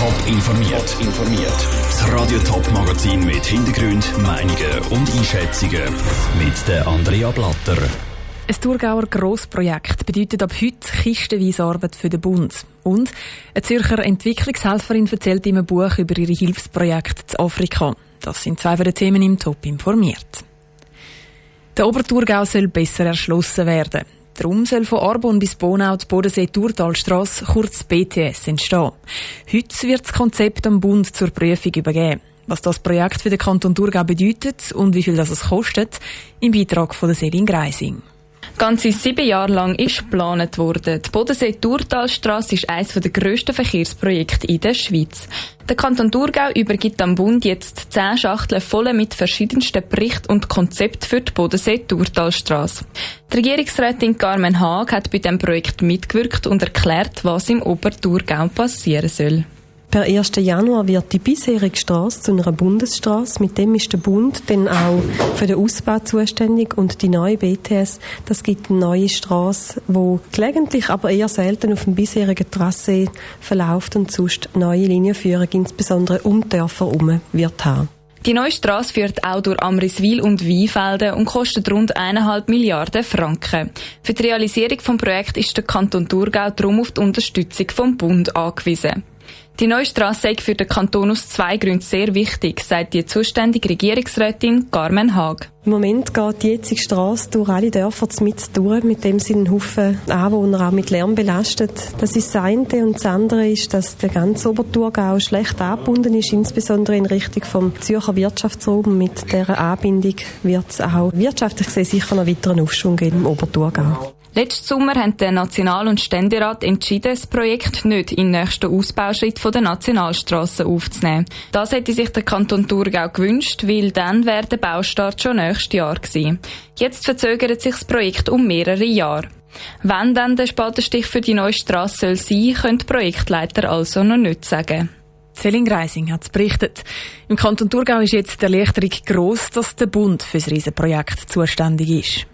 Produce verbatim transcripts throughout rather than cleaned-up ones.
Top informiert. informiert. Das Radio Top Magazin mit Hintergrund, Meinungen und Einschätzungen mit der Andrea Blatter. Ein Thurgauer Grossprojekt bedeutet ab heute kistenweise Arbeit für den Bund. Und eine Zürcher Entwicklungshelferin erzählt in einem Buch über ihre Hilfsprojekte in Afrika. Das sind zwei von den Themen im Top informiert. Der Oberthurgau soll besser erschlossen werden. Darum soll von Arbon bis Bonau die Bodensee-Thurtalstrasse, kurz B T S, entstehen. Heute wird das Konzept am Bund zur Prüfung übergeben. Was das Projekt für den Kanton Thurgau bedeutet und wie viel das es kostet, im Beitrag von der Selin Greising. Ganze sieben Jahre lang ist geplant worden. Die Bodensee-Thurtalstrasse ist eines der grössten Verkehrsprojekte in der Schweiz. Der Kanton Thurgau übergibt am Bund jetzt zehn Schachteln voll mit verschiedensten Berichten und Konzepten für die Bodensee-Thurtalstrasse. Die Regierungsrätin Carmen Haag hat bei diesem Projekt mitgewirkt und erklärt, was im Oberthurgau passieren soll. Per ersten Januar wird die bisherige Strasse zu einer Bundesstrasse. Mit dem ist der Bund dann auch für den Ausbau zuständig. Und die neue B T S, das gibt eine neue Strasse, die gelegentlich, aber eher selten auf dem bisherigen Trassee verläuft und sonst neue Linienführung, insbesondere um die Dörfer herum, wird haben. Die neue Strasse führt auch durch Amriswil und Weinfelden und kostet rund eineinhalb Milliarden Franken. Für die Realisierung des Projekts ist der Kanton Thurgau darum auf die Unterstützung vom Bund angewiesen. Die neue Strasse ist für den Kanton aus zwei Gründen sehr wichtig, sagt die zuständige Regierungsrätin Carmen Haag. Im Moment geht die jetzige Strasse durch alle Dörfer mit durch, mit dem sie einen Haufen Anwohner auch mit Lärm belastet. Das ist das eine. Und das andere ist, dass der ganze Oberthurgau schlecht angebunden ist, insbesondere in Richtung vom Zürcher Wirtschaftsraum. Mit dieser Anbindung wird es auch wirtschaftlich gesehen sicher noch weiteren Aufschwung geben im Oberthurgau. Letzten Sommer haben der National- und Ständerat entschieden, das Projekt nicht in den nächsten Ausbauschritt der Nationalstrasse aufzunehmen. Das hätte sich der Kanton Thurgau gewünscht, weil dann wäre der Baustart schon nächstes Jahr gewesen. Jetzt verzögert sich das Projekt um mehrere Jahre. Wann dann der Spatenstich für die neue Strasse soll sein, können die Projektleiter also noch nicht sagen. Selin Greising hat es berichtet. Im Kanton Thurgau ist jetzt die Erleichterung gross, dass der Bund für das Riesenprojekt zuständig ist.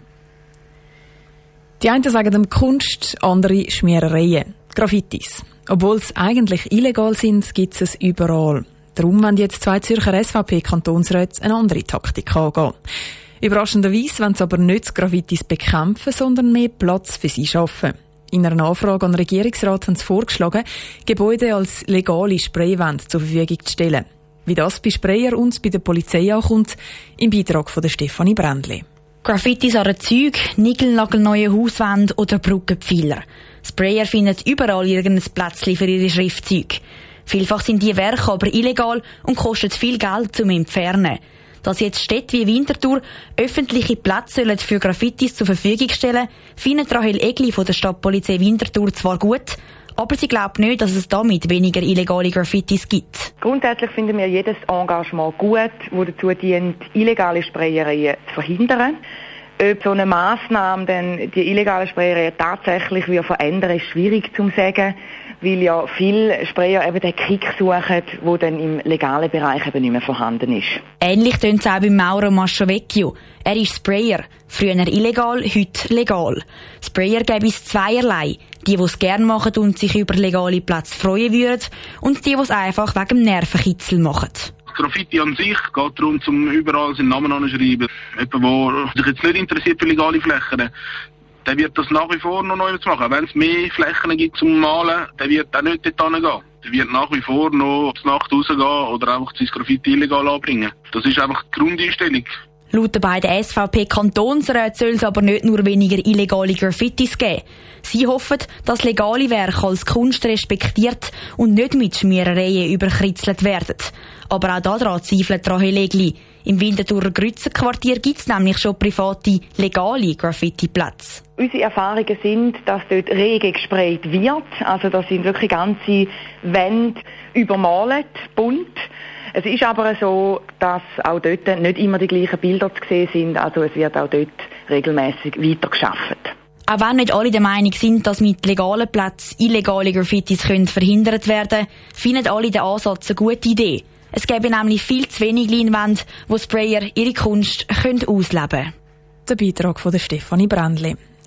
Die einen sagen dem Kunst, andere Schmierereien, Graffitis. Obwohl sie eigentlich illegal sind, gibt es überall. Darum wollen jetzt zwei Zürcher S V P-Kantonsräte eine andere Taktik angehen. Überraschenderweise wollen sie aber nicht die Graffitis bekämpfen, sondern mehr Platz für sie schaffen. In einer Anfrage an den Regierungsrat haben sie vorgeschlagen, Gebäude als legale Spraywände zur Verfügung zu stellen. Wie das bei Sprayer und bei der Polizei ankommt, im Beitrag von der Stefanie Brändli. Graffitis an Zeug, niegelnagelneue Hauswände oder Brückenpfeiler. Sprayer finden überall irgendein Plätzchen für ihre Schriftzeuge. Vielfach sind die Werke aber illegal und kosten viel Geld zum Entfernen. Dass jetzt Städte wie Winterthur öffentliche Plätze für Graffitis zur Verfügung stellen, findet Rahel Egli von der Stadtpolizei Winterthur zwar gut, aber sie glaubt nicht, dass es damit weniger illegale Graffitis gibt. Grundsätzlich finden wir jedes Engagement gut, das dazu dient, illegale Sprayereien zu verhindern. Ob so eine Massnahme dann die illegale Sprayereien tatsächlich verändern, ist schwierig zu sagen, weil ja viele Sprayer eben den Kick suchen, der dann im legalen Bereich eben nicht mehr vorhanden ist. Ähnlich tönt es auch bei Mauro Maschovecchio. Er ist Sprayer. Früher illegal, heute legal. Sprayer gäbe es zweierlei. Die, die es gerne machen und sich über legale Plätze freuen würden, und die, die es einfach wegen dem Nervenkitzel machen. Graffiti an sich geht darum, zum überall seinen Namen anzuschreiben. Jemand, der sich jetzt nicht interessiert für legale Flächen, der wird das nach wie vor noch neu machen. Wenn es mehr Flächen gibt zum Malen, der wird auch nicht dort hingehen. Der wird nach wie vor noch zur Nacht rausgehen oder einfach sein Graffiti illegal anbringen. Das ist einfach die Grundeinstellung. Laut den beiden S V P-Kantonsräten soll es aber nicht nur weniger illegale Graffitis geben. Sie hoffen, dass legale Werke als Kunst respektiert und nicht mit Schmierereien überkritzelt werden. Aber auch daran zweifelt Rahel Egli. Im Winterthurer Grützenquartier gibt es nämlich schon private, legale Graffiti-Plätze. Unsere Erfahrungen sind, dass dort rege gesprayt wird. Also da sind wirklich ganze Wände übermalt, bunt. Es ist aber so, dass auch dort nicht immer die gleichen Bilder zu sehen sind. Also es wird auch dort regelmäßig weitergeschafft. Auch wenn nicht alle der Meinung sind, dass mit legalen Plätzen illegale Graffitis können verhindert werden, finden alle den Ansatz eine gute Idee. Es gäbe nämlich viel zu wenig Leinwände, wo Sprayer ihre Kunst können ausleben können. Der Beitrag von der Stefanie Brändli.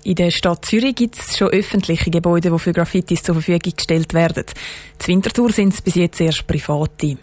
In der Stadt Zürich gibt es schon öffentliche Gebäude, die für Graffitis zur Verfügung gestellt werden. In Winterthur sind es bis jetzt erst private.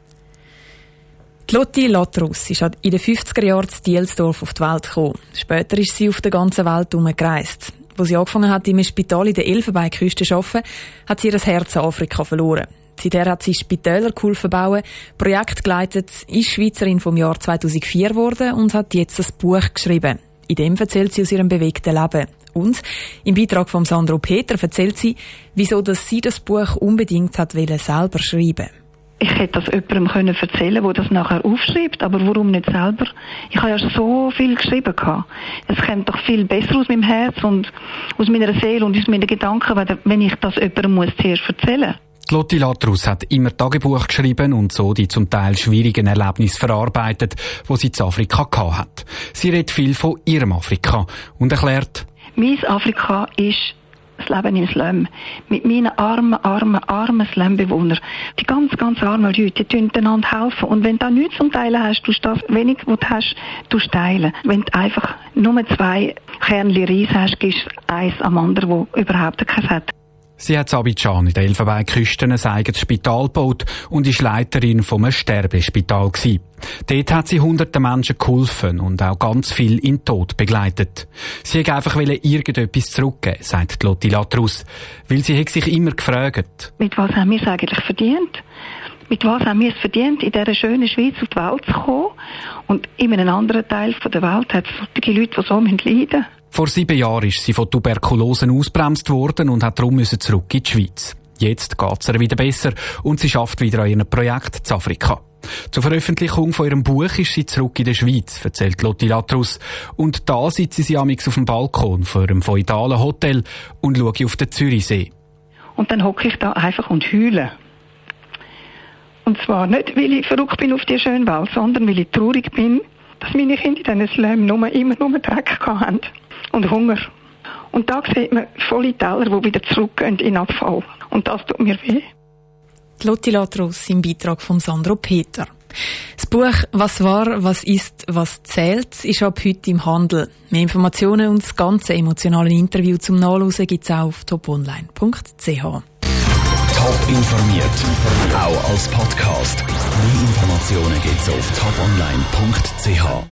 Die Lotti Latrus ist in den fünfziger Jahren in Dielsdorf auf die Welt gekommen. Später ist sie auf der ganzen Welt herumgereist. Als sie angefangen hat, im Spital in der Elfenbeinküste zu arbeiten, hat sie ihr Herz an Afrika verloren. Seither hat sie Spitäler geholfen bauen, Projekt geleitet, ist Schweizerin vom Jahr zweitausendvier geworden und hat jetzt ein Buch geschrieben. In dem erzählt sie aus ihrem bewegten Leben. Und im Beitrag von Sandro Peter erzählt sie, wieso dass sie das Buch unbedingt hat wollen, selber schreiben. Ich hätte das jemandem können erzählen, der das nachher aufschreibt, aber warum nicht selber? Ich habe ja so viel geschrieben gehabt. Es kommt doch viel besser aus meinem Herz und aus meiner Seele und aus meinen Gedanken, wenn ich das jemandem muss zuerst erzählen. Die Lotti Latrus hat immer Tagebuch geschrieben und so die zum Teil schwierigen Erlebnisse verarbeitet, die sie in Afrika gehabt hat. Sie redet viel von ihrem Afrika und erklärt: Mein Afrika ist das Leben im Slum. Mit meinen armen, armen, armen Slumbewohnern. Die ganz, ganz armen Leute, die tun einander helfen. Und wenn du da nichts zum Teilen hast, tust du das wenig, was du hast, tust du teilen. Wenn du einfach nur zwei Kernchen Reis hast, gibst du eins am anderen, das überhaupt keins hat. Sie hat in Abidjan in der Elfenbeinküste ein eigenes Spital gebaut und ist Leiterin von einem Sterbespital gewesen. Dort hat sie hunderten Menschen geholfen und auch ganz viel in den Tod begleitet. Sie wollte einfach irgendetwas zurückgeben, sagt Lotti Latrus, weil sie hat sich immer gefragt: Mit was haben wir es eigentlich verdient? Mit was haben wir es verdient, in dieser schönen Schweiz auf die Welt zu kommen? Und in einem anderen Teil der Welt hat es solche Leute, die so leiden müssen. Vor sieben Jahren ist sie von Tuberkulose ausgebremst worden und hat darum zurück in die Schweiz. Jetzt geht es ihr wieder besser und sie schafft wieder an ihrem Projekt in Afrika. Zur Veröffentlichung von ihrem Buch ist sie zurück in der Schweiz, erzählt Lotti Latrus. Und da sitzt sie amigs auf dem Balkon von ihrem feudalen Hotel und schaue auf den Zürichsee. Und dann hocke ich da einfach und heule. Und zwar nicht, weil ich verrückt bin auf die schöne Welt, sondern weil ich traurig bin, dass meine Kinder in diesen Slum nur, immer nur Dreck haben. Und Hunger. Und da sieht man volle Teller, die wieder zurückgehen in Abfall. Und das tut mir weh. Lotti Latrus im Beitrag von Sandro Peter. Das Buch «Was war, was ist, was zählt» ist ab heute im Handel. Mehr Informationen und das ganze emotionale Interview zum Nachlesen gibt es auch auf top online punkt c h. Top informiert, auch als Podcast. Mehr Informationen gibt es auf top online punkt c h.